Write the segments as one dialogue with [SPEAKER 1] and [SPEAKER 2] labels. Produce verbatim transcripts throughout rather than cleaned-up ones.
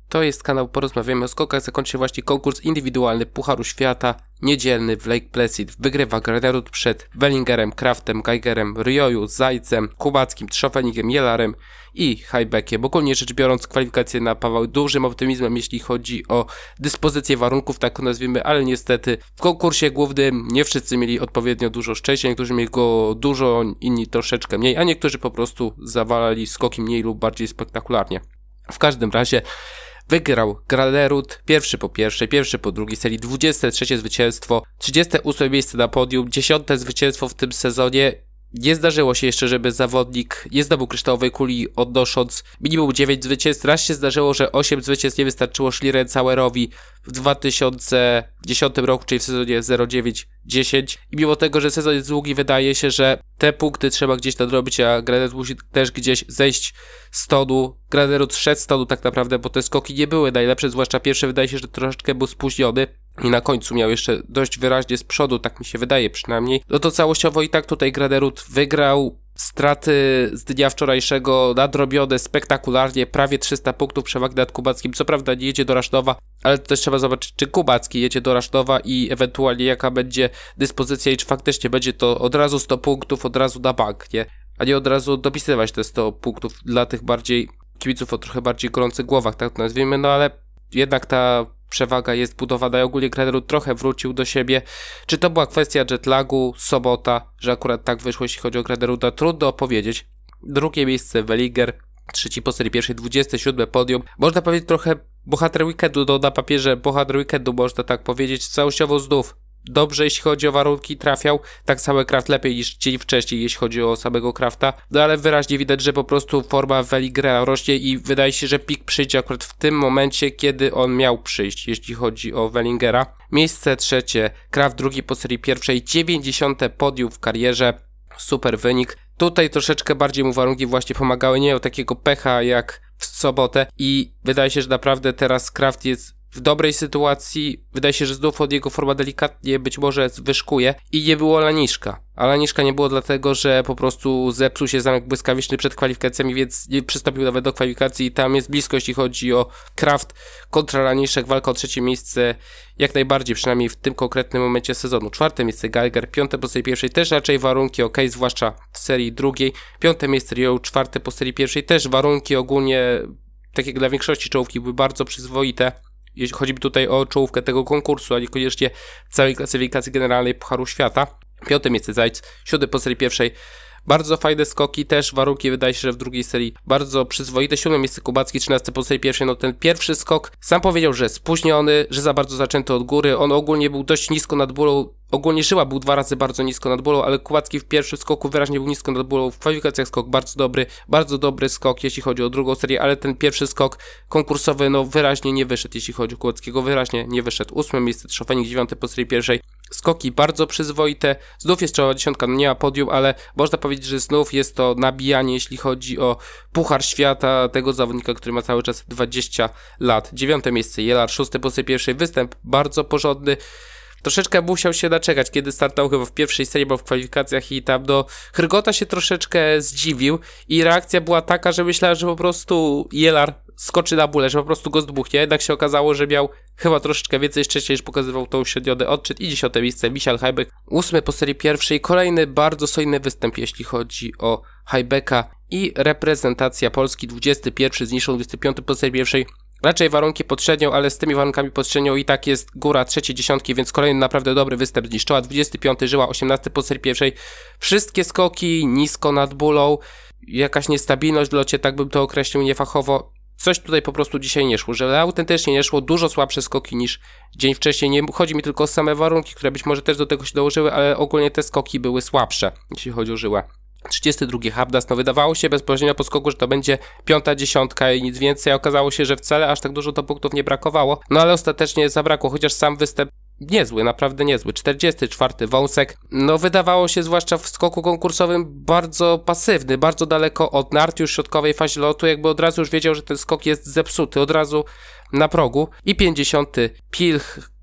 [SPEAKER 1] To jest kanał Porozmawiamy o skokach. Zakończy się właśnie konkurs indywidualny Pucharu Świata, niedzielny w Lake Placid. Wygrywa Granerud przed Wellingerem, Kraftem, Geigerem, Rioju, Zajcem, Kubackim, Trzofenigiem, Jelarem i Hajbekiem. Ogólnie rzecz biorąc, kwalifikacje napawały dużym optymizmem, jeśli chodzi o dyspozycję warunków, tak nazwijmy, ale niestety w konkursie głównym nie wszyscy mieli odpowiednio dużo szczęścia, niektórzy mieli go dużo, inni troszeczkę mniej, a niektórzy po prostu zawalali skoki mniej lub bardziej spektakularnie. W każdym razie wygrał Granerud, pierwszy po pierwszej, pierwszy po drugiej serii, dwudzieste trzecie zwycięstwo, trzydzieste ósme miejsce na podium, dziesiąte zwycięstwo w tym sezonie. Nie zdarzyło się jeszcze, żeby zawodnik nie zdobył kryształowej kuli, odnosząc minimum dziewięć zwycięstw. Raz się zdarzyło, że osiem zwycięstw nie wystarczyło Schlierenzauerowi w dwa tysiące dziesiątym roku, czyli w sezonie zero dziewięć dziesięć. I mimo tego, że sezon jest długi, wydaje się, że te punkty trzeba gdzieś nadrobić, a Granerud musi też gdzieś zejść z tonu. Granerud szedł z tonu tak naprawdę, bo te skoki nie były najlepsze, zwłaszcza pierwszy wydaje się, że troszeczkę był spóźniony. I na końcu miał jeszcze dość wyraźnie z przodu, tak mi się wydaje przynajmniej. No to całościowo i tak tutaj Granerud wygrał. Straty z dnia wczorajszego nadrobione spektakularnie, prawie trzysta punktów przewagi nad Kubackim. Co prawda nie jedzie do Rasznowa, ale też trzeba zobaczyć, czy Kubacki jedzie do Rasznowa i ewentualnie jaka będzie dyspozycja i czy faktycznie będzie to od razu sto punktów, od razu na bank, nie? A nie od razu dopisywać te sto punktów dla tych bardziej kibiców o trochę bardziej gorących głowach, tak to nazwijmy, no ale jednak ta przewaga jest budowana i ogólnie Granerud trochę wrócił do siebie. Czy to była kwestia jetlagu, sobota, że akurat tak wyszło, jeśli chodzi o Graneruda? Trudno powiedzieć. Drugie miejsce Wellinger, trzeci po serii pierwszej, dwudzieste siódme podium. Można powiedzieć trochę bohater weekendu, no na papierze bohater weekendu można tak powiedzieć. Całościowo znów dobrze, jeśli chodzi o warunki, trafiał. Tak samo Kraft lepiej niż dzień wcześniej, jeśli chodzi o samego Krafta. No ale wyraźnie widać, że po prostu forma Wellingera rośnie i wydaje się, że pik przyjdzie akurat w tym momencie, kiedy on miał przyjść, jeśli chodzi o Wellingera. Miejsce trzecie, Kraft drugi po serii pierwszej, dziewięćdziesiąte podium w karierze. Super wynik. Tutaj troszeczkę bardziej mu warunki właśnie pomagały, nie miał takiego pecha jak w sobotę i wydaje się, że naprawdę teraz Kraft jest w dobrej sytuacji. Wydaje się, że znów od jego forma delikatnie być może wyszkuje i nie było Laniszka. A Laniszka nie było dlatego, że po prostu zepsuł się zamek błyskawiczny przed kwalifikacjami, więc nie przystąpił nawet do kwalifikacji i tam jest blisko, jeśli chodzi o Kraft kontra Laniszek, walka o trzecie miejsce jak najbardziej, przynajmniej w tym konkretnym momencie sezonu. Czwarte miejsce Geiger, piąte po serii pierwszej, też raczej warunki ok, zwłaszcza w serii drugiej. Piąte miejsce Rio, czwarte po serii pierwszej, też warunki ogólnie, tak jak dla większości czołówki, były bardzo przyzwoite. Jeśli chodzi mi tutaj o czołówkę tego konkursu, a niekoniecznie całej klasyfikacji generalnej Pucharu Świata. Piąte miejsce Zajc, siódme po serii pierwszej. Bardzo fajne skoki, też warunki wydaje się, że w drugiej serii bardzo przyzwoite. Siódme miejsce Kubacki, trzynaste po serii pierwszej. No ten pierwszy skok, sam powiedział, że spóźniony, że za bardzo zaczęty od góry. On ogólnie był dość nisko nad bulą. Ogólnie Żyła był dwa razy bardzo nisko nad bulą, ale Kubacki w pierwszym skoku wyraźnie był nisko nad bulą. W kwalifikacjach skok bardzo dobry, bardzo dobry skok, jeśli chodzi o drugą serię, ale ten pierwszy skok konkursowy, no wyraźnie nie wyszedł, jeśli chodzi o Kubackiego, wyraźnie nie wyszedł. Ósme miejsce Trzofenik, dziewiąte po serii pierwszej. Skoki bardzo przyzwoite, znów jest czołowa dziesiątka, no nie ma podium, ale można powiedzieć, że znów jest to nabijanie, jeśli chodzi o Puchar Świata tego zawodnika, który ma cały czas dwadzieścia lat. Dziewiąte miejsce Jelar, szóste po serii pierwszej, występ bardzo porządny. Troszeczkę musiał się naczekać, kiedy startował chyba w pierwszej serii, bo w kwalifikacjach i tam do Hrgota się troszeczkę zdziwił i reakcja była taka, że myślałem, że po prostu Jelar skoczy na bólę, że po prostu go zdmuchnie, jednak się okazało, że miał chyba troszeczkę więcej szczęścia, niż pokazywał to uśredniony odczyt. I dziesiąte miejsce Michael Hajbek, ósme po serii pierwszej, kolejny bardzo solidny występ, jeśli chodzi o Hajbeka i reprezentacja Polski, dwudziesty pierwszy z niższą, dwudziesty piąty po serii pierwszej. Raczej warunki pod średnią, ale z tymi warunkami pod średnią i tak jest góra trzeciej dziesiątki, więc kolejny naprawdę dobry występ z niszczoła. dwudziesty piąty Żyła, osiemnasty po serii pierwszej. Wszystkie skoki nisko nad bulą, jakaś niestabilność w locie, tak bym to określił niefachowo. Coś tutaj po prostu dzisiaj nie szło, że autentycznie nie szło, dużo słabsze skoki niż dzień wcześniej. Nie chodzi mi tylko o same warunki, które być może też do tego się dołożyły, ale ogólnie te skoki były słabsze, jeśli chodzi o Żyłę. trzydziesty drugi Habdas, no wydawało się bezpośrednio po skoku, że to będzie piąta dziesiątka i nic więcej, a okazało się, że wcale aż tak dużo to punktów nie brakowało, no ale ostatecznie zabrakło, chociaż sam występ niezły, naprawdę niezły. czterdziesty czwarty Wąsek, no wydawało się zwłaszcza w skoku konkursowym bardzo pasywny, bardzo daleko od nart, już w środkowej fazie lotu, jakby od razu już wiedział, że ten skok jest zepsuty, od razu na progu. I pięćdziesiąty Pilch,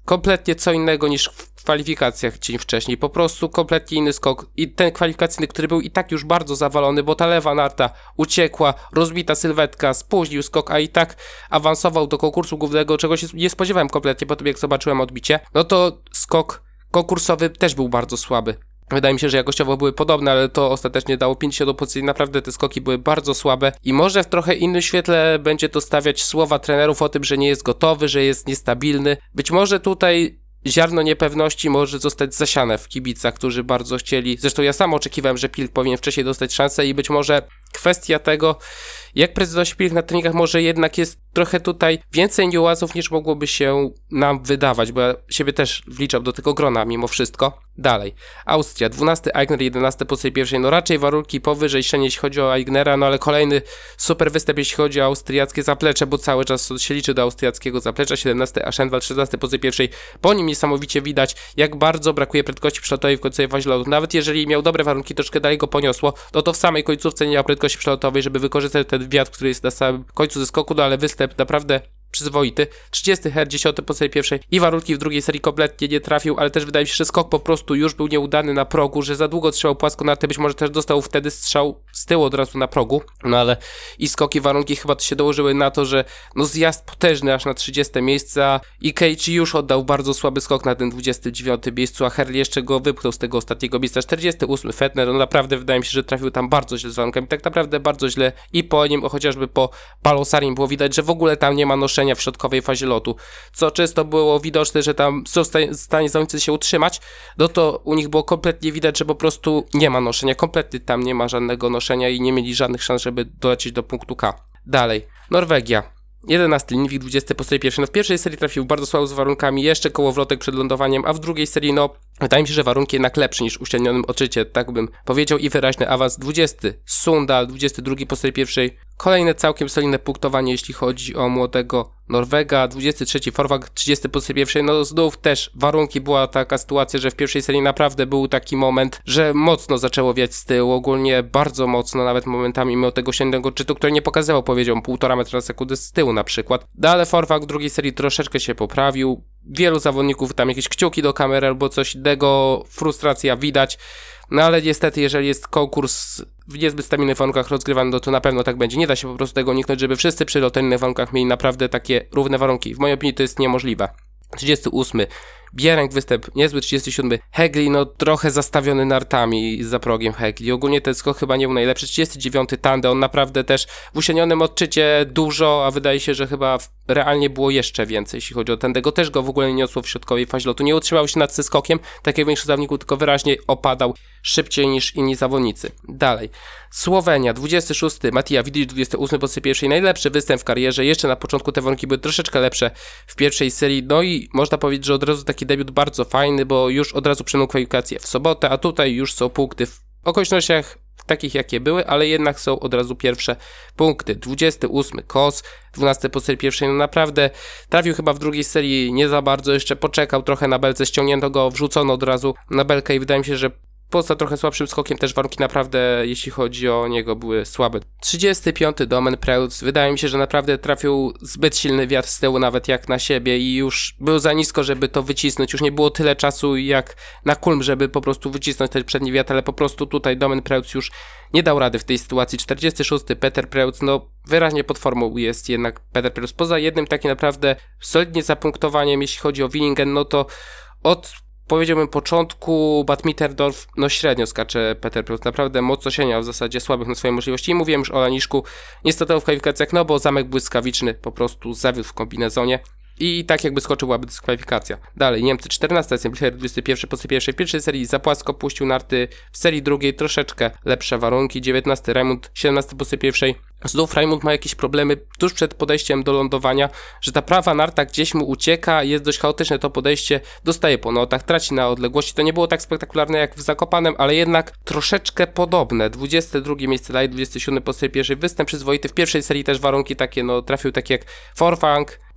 [SPEAKER 1] kompletnie co innego niż w kwalifikacjach dzień wcześniej, po prostu kompletnie inny skok i ten kwalifikacyjny, który był i tak już bardzo zawalony, bo ta lewa narta uciekła, rozbita sylwetka, spóźnił skok, a i tak awansował do konkursu głównego, czego się nie spodziewałem kompletnie po tym, jak zobaczyłem odbicie, no to skok konkursowy też był bardzo słaby. Wydaje mi się, że jakościowo były podobne, ale to ostatecznie dało pięćdziesiąt do pozycji. Naprawdę te skoki były bardzo słabe i może w trochę innym świetle będzie to stawiać słowa trenerów o tym, że nie jest gotowy, że jest niestabilny. Być może tutaj ziarno niepewności może zostać zasiane w kibicach, którzy bardzo chcieli. Zresztą ja sam oczekiwałem, że Pilk powinien wcześniej dostać szansę i być może kwestia tego, jak prezentował Pilk na treningach, może jednak jest trochę tutaj więcej niuansów niż mogłoby się nam wydawać, bo ja siebie też wliczam do tego grona mimo wszystko. Dalej. Austria, dwunasty Aigner, jedenasty pozycji pierwszej, no raczej warunki powyżej średniej jeśli chodzi o Aignera, no ale kolejny super występ jeśli chodzi o austriackie zaplecze, bo cały czas się liczy do austriackiego zaplecza. Siedemnasty Aschenwald, szesnasty pozycji pierwszej, po nim niesamowicie widać, jak bardzo brakuje prędkości przelotowej w końcowej fazie lotu. Nawet jeżeli miał dobre warunki, troszkę dalej go poniosło, no to w samej końcówce nie miał prędkości przelotowej, żeby wykorzystać ten wiatr, który jest na samym końcu ze skoku, no ale występ naprawdę przyzwoity. trzydziesty Her, dziesiąty po serii pierwszej i warunki w drugiej serii kompletnie nie trafił, ale też wydaje mi się, że skok po prostu już był nieudany na progu, że za długo trzymał płasko nartę, być może też dostał wtedy strzał z tyłu od razu na progu, no ale i skoki, i warunki chyba to się dołożyły na to, że no zjazd potężny aż na trzydzieste miejsce i Keiichi już oddał bardzo słaby skok na tym dwudziestym dziewiątym miejscu, a Herli jeszcze go wypchnął z tego ostatniego miejsca. czterdziesty ósmy Fettner, no naprawdę wydaje mi się, że trafił tam bardzo źle z warunkami, tak naprawdę bardzo źle i po nim, chociażby po Palosarim było widać, że w ogóle tam nie ma noszenia w środkowej fazie lotu, co często było widoczne, że tam są w stanie zawodnicy się utrzymać, no to u nich było kompletnie widać, że po prostu nie ma noszenia, kompletnie tam nie ma żadnego noszenia i nie mieli żadnych szans, żeby dolecieć do punktu K. Dalej, Norwegia. jedenasty Lindvik, dwudziesty po serii pierwszej. No w pierwszej serii trafił bardzo słabo z warunkami, jeszcze kołowrotek przed lądowaniem, a w drugiej serii no wydaje mi się, że warunki jednak lepsze niż w uśrednionym odczycie, tak bym powiedział, i wyraźny awans. dwudziesty Sundal, dwudziesty drugi po serii pierwszej. Kolejne całkiem solidne punktowanie, jeśli chodzi o młodego Norwega. dwudziesty trzeci Forwag, trzydziesty po serii pierwszej. No znów też warunki, była taka sytuacja, że w pierwszej serii naprawdę był taki moment, że mocno zaczęło wiać z tyłu, ogólnie bardzo mocno, nawet momentami mimo tego średniego odczytu, który nie pokazywał, powiedział, półtora metra na sekundę z tyłu na przykład. No ale Forwag w drugiej serii troszeczkę się poprawił. Wielu zawodników tam jakieś kciuki do kamery albo coś innego, frustracja widać. No ale niestety, jeżeli jest konkurs w niezbyt stabilnych warunkach rozgrywany, no to na pewno tak będzie. Nie da się po prostu tego uniknąć, żeby wszyscy przy loteryjnych warunkach mieli naprawdę takie równe warunki. W mojej opinii to jest niemożliwe. trzydziesty ósmy Bieręk, występ niezły. Trzydziesty siódmy Hegli, no trochę zastawiony nartami za progiem Hegli. Ogólnie ten skok chyba nie był najlepszy. trzydziesty dziewiąty Tande, on naprawdę też w uśrednionym odczycie dużo, a wydaje się, że chyba realnie było jeszcze więcej, jeśli chodzi o Tandego. Też go w ogóle nie niosło w środkowej fazie lotu. Nie utrzymał się nad skokiem, tak jak większość zawodników, tylko wyraźnie opadał szybciej niż inni zawodnicy. Dalej. Słowenia, dwudziesty szósty Matija Vidic, dwudziesty ósmy po serii pierwszej. Najlepszy występ w karierze. Jeszcze na początku te warunki były troszeczkę lepsze w pierwszej serii. No i można powiedzieć, że od razu taki debiut bardzo fajny, bo już od razu przynął kwalifikacje w sobotę, a tutaj już są punkty w okolicznościach takich jakie były, ale jednak są od razu pierwsze punkty. dwudziesty ósmy Kos, dwunasty po serii pierwszej, no naprawdę trafił chyba w drugiej serii nie za bardzo, jeszcze poczekał trochę na belce, ściągnięto go, wrzucono od razu na belkę i wydaje mi się, że poza trochę słabszym skokiem też warunki naprawdę, jeśli chodzi o niego, były słabe. trzydziesty piąty Domen Preutz. Wydaje mi się, że naprawdę trafił zbyt silny wiatr z tyłu nawet jak na siebie i już był za nisko, żeby to wycisnąć. Już nie było tyle czasu jak na Kulm, żeby po prostu wycisnąć ten przedni wiatr, ale po prostu tutaj Domen Preutz już nie dał rady w tej sytuacji. czterdziesty szósty Peter Preutz. No wyraźnie pod formą jest jednak Peter Preutz. Poza jednym takim naprawdę solidnie zapunktowaniem, jeśli chodzi o Willingen, no to od powiedziałbym początku Bad Mitterdorf, no średnio skacze Peter Preutz, naprawdę mocno się miał w zasadzie słabych na swoje możliwości i mówiłem już o Laniszku, niestety w kwalifikacjach, no bo zamek błyskawiczny po prostu zawiódł w kombinezonie i tak jakby skoczył, byłaby dyskwalifikacja. Dalej, Niemcy, czternasty Simplifier, dwudziesty pierwszy po serii pierwszej, w pierwszej serii za płasko puścił narty, w serii drugiej troszeczkę lepsze warunki, dziewiętnasty Raimund, siedemnasty po serii pierwszej. Znów Raimund ma jakieś problemy tuż przed podejściem do lądowania, że ta prawa narta gdzieś mu ucieka, jest dość chaotyczne to podejście, dostaje po notach, traci na odległości. To nie było tak spektakularne jak w Zakopanem, ale jednak troszeczkę podobne. dwudzieste drugie miejsce dalej, dwudziesty siódmy po serii pierwszej, występ przyzwoity. W pierwszej serii też warunki takie, no trafił tak jak Forfang,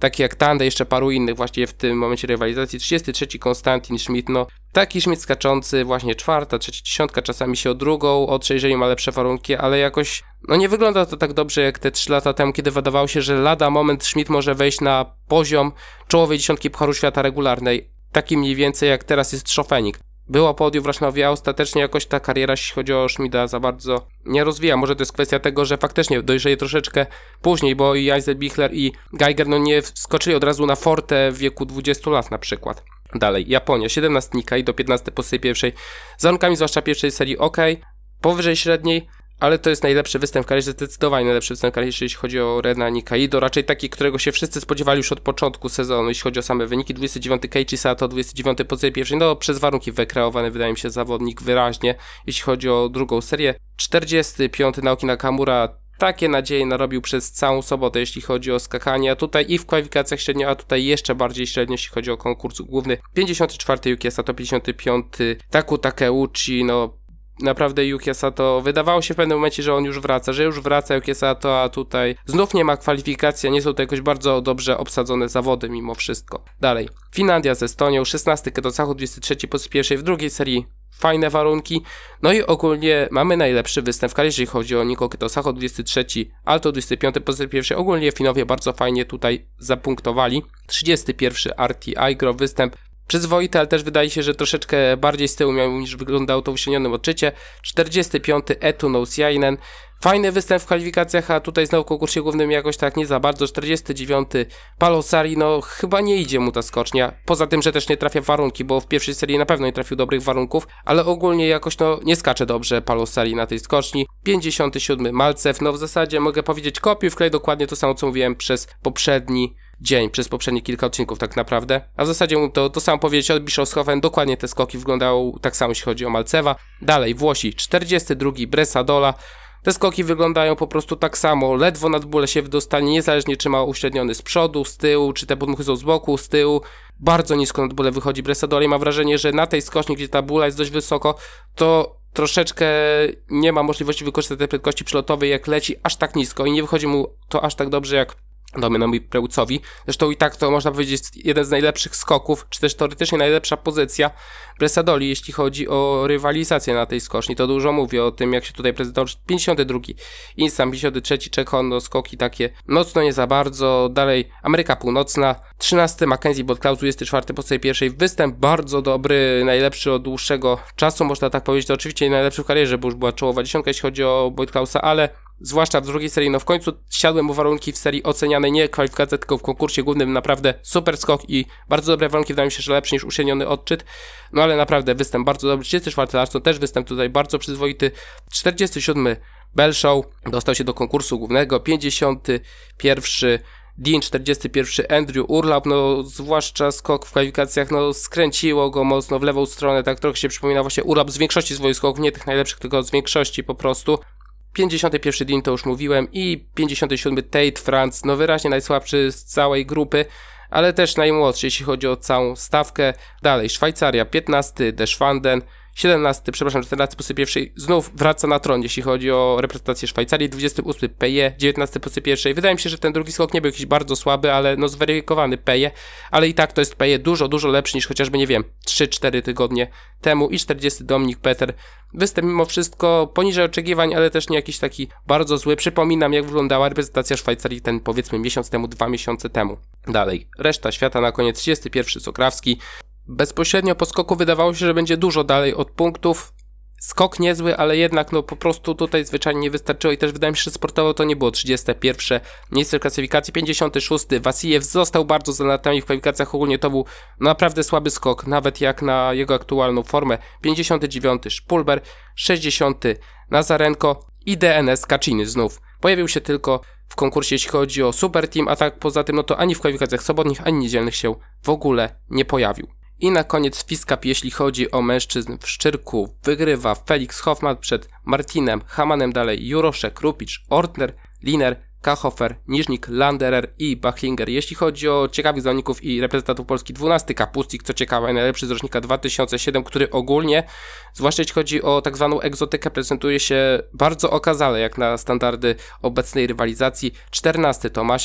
[SPEAKER 1] takie jak Tande, jeszcze paru innych właśnie w tym momencie rywalizacji. trzydziesty trzeci Konstantin Schmidt, no taki Schmidt skaczący, właśnie czwarta, trzecia dziesiątka, czasami się o drugą, o trzeciej ma lepsze warunki, ale jakoś no nie wygląda to tak dobrze jak te trzy lata temu, kiedy wydawało się, że lada moment Schmidt może wejść na poziom czołowej dziesiątki Pucharu Świata regularnej, taki mniej więcej jak teraz jest Szofenik. Była podium w Rasznowie, a ostatecznie jakoś ta kariera, jeśli chodzi o Schmidta, za bardzo nie rozwija. Może to jest kwestia tego, że faktycznie dojrzeje troszeczkę później, bo i Eisenbichler i Geiger no nie skoczyli od razu na fortę w wieku dwudziestu lat na przykład. Dalej, Japonia, siedemnaście Nikkei do piętnaście pozycji pierwszej. Z warunkami zwłaszcza pierwszej serii ok, powyżej średniej, ale to jest najlepszy występ w karierze, zdecydowanie najlepszy występ w karierze, jeśli chodzi o Rena Nikkeido, raczej taki, którego się wszyscy spodziewali już od początku sezonu, jeśli chodzi o same wyniki. dwudziesty dziewiąty Keiichi Sato, dwudziesty dziewiąty pozycji pierwszej, no przez warunki wykreowany wydaje mi się zawodnik wyraźnie, jeśli chodzi o drugą serię. czterdziesty piąty Naoki Nakamura, takie nadzieje narobił przez całą sobotę, jeśli chodzi o skakanie, a tutaj i w kwalifikacjach średnio, a tutaj jeszcze bardziej średnio, jeśli chodzi o konkurs główny. pięćdziesiąty czwarty Yuki Sato, pięćdziesiąty piąty Taku Takeuchi, no naprawdę Yuki Sato, wydawało się w pewnym momencie, że on już wraca, że już wraca Yuki Sato, a tutaj znów nie ma kwalifikacji, nie są to jakoś bardzo dobrze obsadzone zawody mimo wszystko. Dalej, Finlandia z Estonią, szesnasty Keto Sacho, dwudziesty trzeci pozycji pierwszej, w drugiej serii fajne warunki, no i ogólnie mamy najlepszy występ w karierze, jeżeli chodzi o Niko Keto Sacho, dwudziesty trzeci Alto, dwudziesty piąty pozycji pierwszej, ogólnie Finowie bardzo fajnie tutaj zapunktowali. trzydziesty pierwszy Arti Aigro, występ przyzwoity, ale też wydaje się, że troszeczkę bardziej z tyłu miał niż wyglądało to w uśrednionym odczycie. czterdziesty piąty Etu Nousiainen. Fajny występ w kwalifikacjach, a tutaj znowu w konkursie głównym jakoś tak nie za bardzo. czterdziesty dziewiąty Palosari, no chyba nie idzie mu ta skocznia. Poza tym, że też nie trafia w warunki, bo w pierwszej serii na pewno nie trafił dobrych warunków, ale ogólnie jakoś no nie skacze dobrze Palosari na tej skoczni. pięćdziesiąty siódmy Malcew, no w zasadzie mogę powiedzieć kopiuj wklej dokładnie to samo co mówiłem przez poprzedni dzień, przez poprzednie kilka odcinków tak naprawdę, a w zasadzie mu to, to samo powiedzieć od Bischofshofen, dokładnie te skoki wyglądały tak samo jeśli chodzi o Malcewa. Dalej Włosi, czterdziesty drugi Bresadola, te skoki wyglądają po prostu tak samo, ledwo nad bóle się wydostanie, niezależnie czy ma uśredniony z przodu, z tyłu, czy te podmuchy są z boku, z tyłu, bardzo nisko nad bóle wychodzi Bresadola i mam wrażenie, że na tej skoczni, gdzie ta bóla jest dość wysoko, to troszeczkę nie ma możliwości wykorzystać tej prędkości przelotowej, jak leci aż tak nisko i nie wychodzi mu to aż tak dobrze jak Dominowi Preucowi. Zresztą i tak to można powiedzieć jeden z najlepszych skoków, czy też teoretycznie najlepsza pozycja Bresadoli, jeśli chodzi o rywalizację na tej skoczni. To dużo mówię o tym, jak się tutaj prezentował. pięćdziesiąty drugi Insam, pięćdziesiąty trzeci Czechon, no skoki takie mocno nie za bardzo. Dalej Ameryka Północna, trzynasty Mackenzie Botklaus, dwudziesty czwarty po swojej pierwszej. Występ bardzo dobry, najlepszy od dłuższego czasu, można tak powiedzieć. To oczywiście nie najlepszy w karierze, bo już była czołowa dziesiątka, jeśli chodzi o Botklausa, ale zwłaszcza w drugiej serii, no w końcu siadły mu warunki w serii oceniane, nie kwalifikacja, tylko w konkursie głównym, naprawdę super skok i bardzo dobre warunki, wydaje mi się, że lepszy niż uśredniony odczyt, no ale naprawdę występ bardzo dobry. trzydziesty czwarty Larsson, też występ tutaj bardzo przyzwoity. czterdziesty siódmy Belshow, dostał się do konkursu głównego. pięćdziesiąty pierwszy Dean, czterdziesty pierwszy Andrew Urlaub, no zwłaszcza skok w kwalifikacjach, no skręciło go mocno w lewą stronę, tak trochę się przypomina właśnie Urlaub z większości swoich skoków, nie tych najlepszych, tylko z większości po prostu. pięćdziesiąty pierwszy Dean to już mówiłem i pięćdziesiąty siódmy Tate Franz, no wyraźnie najsłabszy z całej grupy, ale też najmłodszy, jeśli chodzi o całą stawkę. Dalej Szwajcaria, piętnasty Deschwanden, siedemnasty, przepraszam, czternasty pozycji pierwszej, znów wraca na tron, jeśli chodzi o reprezentację Szwajcarii, dwudziesty ósmy Peje, dziewiętnasty pozycji pierwszej. Wydaje mi się, że ten drugi skok nie był jakiś bardzo słaby, ale no zweryfikowany Peje, ale i tak to jest Peje dużo, dużo lepszy niż chociażby, nie wiem, trzy cztery tygodnie temu. I czterdziesty Dominik Peter. Występ mimo wszystko poniżej oczekiwań, ale też nie jakiś taki bardzo zły. Przypominam, jak wyglądała reprezentacja Szwajcarii ten, powiedzmy, miesiąc temu, dwa miesiące temu. Dalej, reszta świata na koniec, trzydziesty pierwszy Sokrawski. Bezpośrednio po skoku wydawało się, że będzie dużo dalej od punktów. Skok niezły, ale jednak no po prostu tutaj zwyczajnie nie wystarczyło i też wydaje mi się, że sportowo to nie było. trzydzieste pierwsze miejsce w klasyfikacji, pięćdziesiąty szósty Wasijew został bardzo za latami w kwalifikacjach, ogólnie to był naprawdę słaby skok, nawet jak na jego aktualną formę. pięćdziesiąty dziewiąty Szpulber, sześćdziesiąty Nazarenko i D N S Kaczyny znów. Pojawił się tylko w konkursie, jeśli chodzi o Super Team, a tak poza tym no to ani w kwalifikacjach sobotnich, ani niedzielnych się w ogóle nie pojawił. I na koniec Swiss Cup, jeśli chodzi o mężczyzn w Szczyrku, wygrywa Felix Hoffmann przed Martinem Hamanem, dalej Juroszek, Rupicz, Ortner, Liner, Kachofer, Niżnik, Landerer i Bachlinger. Jeśli chodzi o ciekawych zawodników i reprezentantów Polski, dwunasty Kapustik, co ciekawe, najlepszy z rocznika dwa tysiące siódmego, który ogólnie, zwłaszcza jeśli chodzi o tak zwaną egzotykę, prezentuje się bardzo okazale jak na standardy obecnej rywalizacji. czternasty Tomasiak,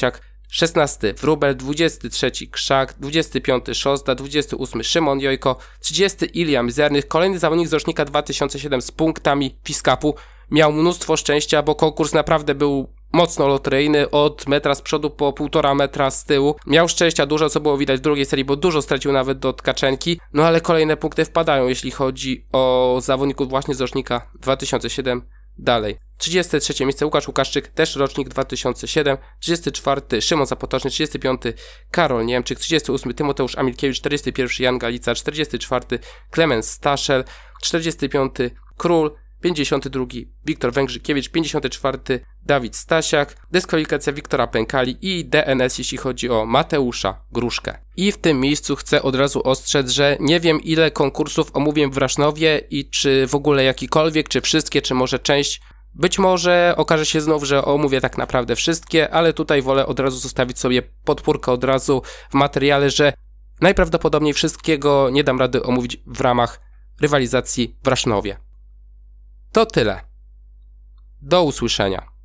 [SPEAKER 1] szesnasty Wróbel, dwudziesty trzeci Krzak, dwudziesty piąty Szozda, dwudziesty ósmy Szymon Jojko, trzydziesty Ilja Mizernych, kolejny zawodnik z rocznika dwa tysiące siódmego z punktami Fiskapu. Miał mnóstwo szczęścia, bo konkurs naprawdę był mocno loteryjny, od metra z przodu po półtora metra z tyłu. Miał szczęścia dużo, co było widać w drugiej serii, bo dużo stracił nawet do Tkaczenki. No ale kolejne punkty wpadają, jeśli chodzi o zawodników właśnie z rocznika dwa tysiące siódmego. Dalej. trzydzieste trzecie miejsce Łukasz Łukaszczyk, też rocznik dwa tysiące siódmy. trzydziesty czwarty Szymon Zapotoczny, trzydziesty piąty Karol Niemczyk, trzydziesty ósmy Tymoteusz Amilkiewicz, czterdziesty pierwszy Jan Galica, czterdziesty czwarty Klemens Staszel, czterdziesty piąty Król, pięćdziesiąty drugi Wiktor Węgrzykiewicz, pięćdziesiąty czwarty Dawid Stasiak, dyskwalifikacja Wiktora Pękali i D N S, jeśli chodzi o Mateusza Gruszkę. I w tym miejscu chcę od razu ostrzec, że nie wiem, ile konkursów omówię w Rasznowie i czy w ogóle jakikolwiek, czy wszystkie, czy może część. Być może okaże się znów, że omówię tak naprawdę wszystkie, ale tutaj wolę od razu zostawić sobie podpórkę od razu w materiale, że najprawdopodobniej wszystkiego nie dam rady omówić w ramach rywalizacji w Rasznowie. To tyle. Do usłyszenia.